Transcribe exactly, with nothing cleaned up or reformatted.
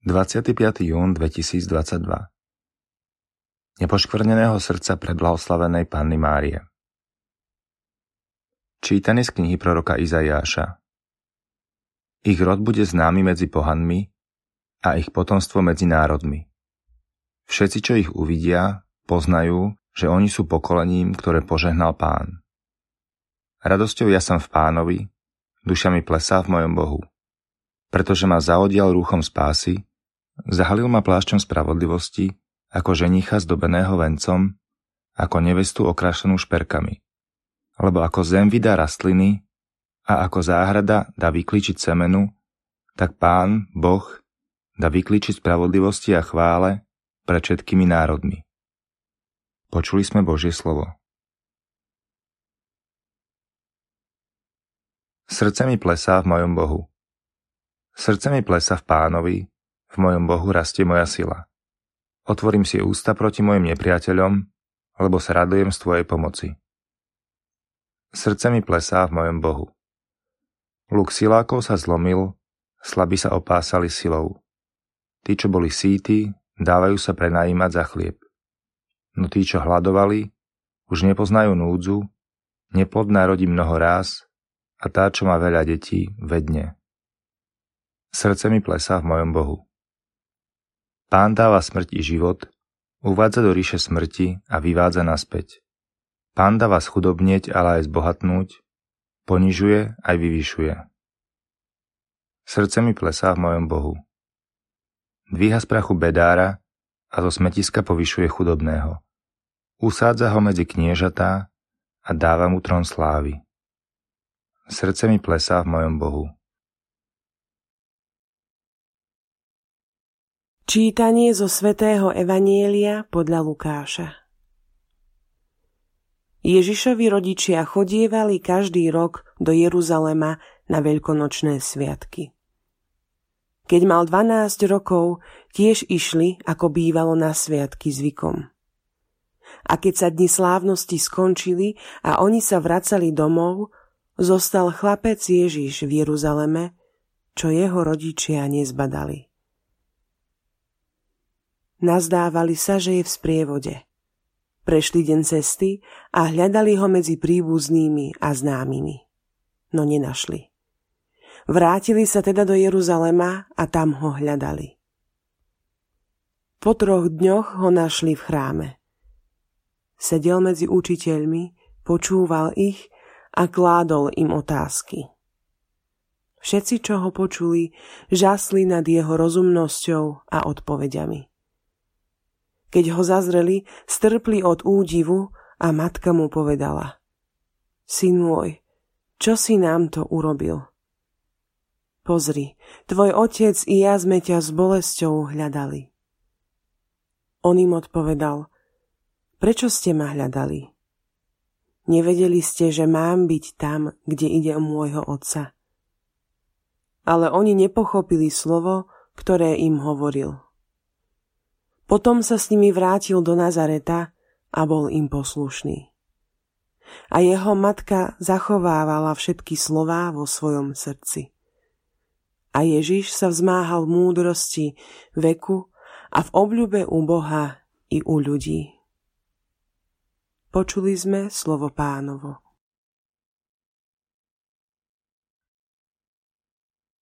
dvadsiateho piateho júna dvetisícdvadsaťdva. Nepoškvrneného srdca preblahoslavenej Panny Márie. Čítanie z knihy proroka Izaiáša. Ich rod bude známy medzi pohanmi a ich potomstvo medzi národmi. Všetci, čo ich uvidia, poznajú, že oni sú pokolením, ktoré požehnal Pán. Radosťou ja som v Pánovi, duša mi plesá v mojom Bohu. Pretože ma zaodial rúchom spásy, zahalil ma plášťom spravodlivosti, ako ženicha zdobeného vencom, ako nevestu okrašenú šperkami. Lebo ako zem vydá rastliny a ako záhrada dá vyklíčiť semenu, tak Pán, Boh, dá vyklíčiť spravodlivosti a chvále pred všetkými národmi. Počuli sme Božie slovo. Srdce mi plesá v mojom Bohu. Srdce mi plesá v Pánovi, v mojom Bohu rastie moja sila. Otvorím si ústa proti mojim nepriateľom, lebo sa radujem z tvojej pomoci. Srdce mi plesá v mojom Bohu. Luk silákov sa zlomil, slabí sa opásali silou. Tí, čo boli síti, dávajú sa prenajímať za chlieb. No tí, čo hladovali, už nepoznajú núdzu, neplodná rodí mnoho ráz a tá, čo má veľa detí, vedne. Srdce mi plesá v mojom Bohu. Pán dáva smrť i život, uvádza do ríše smrti a vyvádza naspäť. Pán dáva schudobnieť, ale aj zbohatnúť, ponižuje aj vyvyšuje. Srdce mi plesá v mojom Bohu. Dvíha z prachu bedára a zo smetiska povyšuje chudobného. Usádza ho medzi kniežatá a dáva mu trón slávy. Srdce mi plesá v mojom Bohu. Čítanie zo svätého Evanjelia podľa Lukáša. Ježišovi rodičia chodievali každý rok do Jeruzalema na veľkonočné sviatky. Keď mal dvanásť rokov, tiež išli, ako bývalo na sviatky zvykom. A keď sa dni slávnosti skončili a oni sa vracali domov, zostal chlapec Ježiš v Jeruzaleme, čo jeho rodičia nezbadali. Nazdávali sa, že je v sprievode. Prešli deň cesty a hľadali ho medzi príbuznými a známymi. No nenašli. Vrátili sa teda do Jeruzalema a tam ho hľadali. Po troch dňoch ho našli v chráme. Sedel medzi učiteľmi, počúval ich a kládol im otázky. Všetci, čo ho počuli, žasli nad jeho rozumnosťou a odpoveďami. Keď ho zazreli, strpli od údivu a matka mu povedala: Syn môj, čo si nám to urobil? Pozri, tvoj otec i ja sme ťa s bolesťou hľadali. On im odpovedal: Prečo ste ma hľadali? Nevedeli ste, že mám byť tam, kde ide o môjho otca? Ale oni nepochopili slovo, ktoré im hovoril. Potom sa s nimi vrátil do Nazareta a bol im poslušný. A jeho matka zachovávala všetky slová vo svojom srdci. A Ježiš sa vzmáhal v múdrosti, veku a v obľúbe u Boha i u ľudí. Počuli sme slovo Pánovo.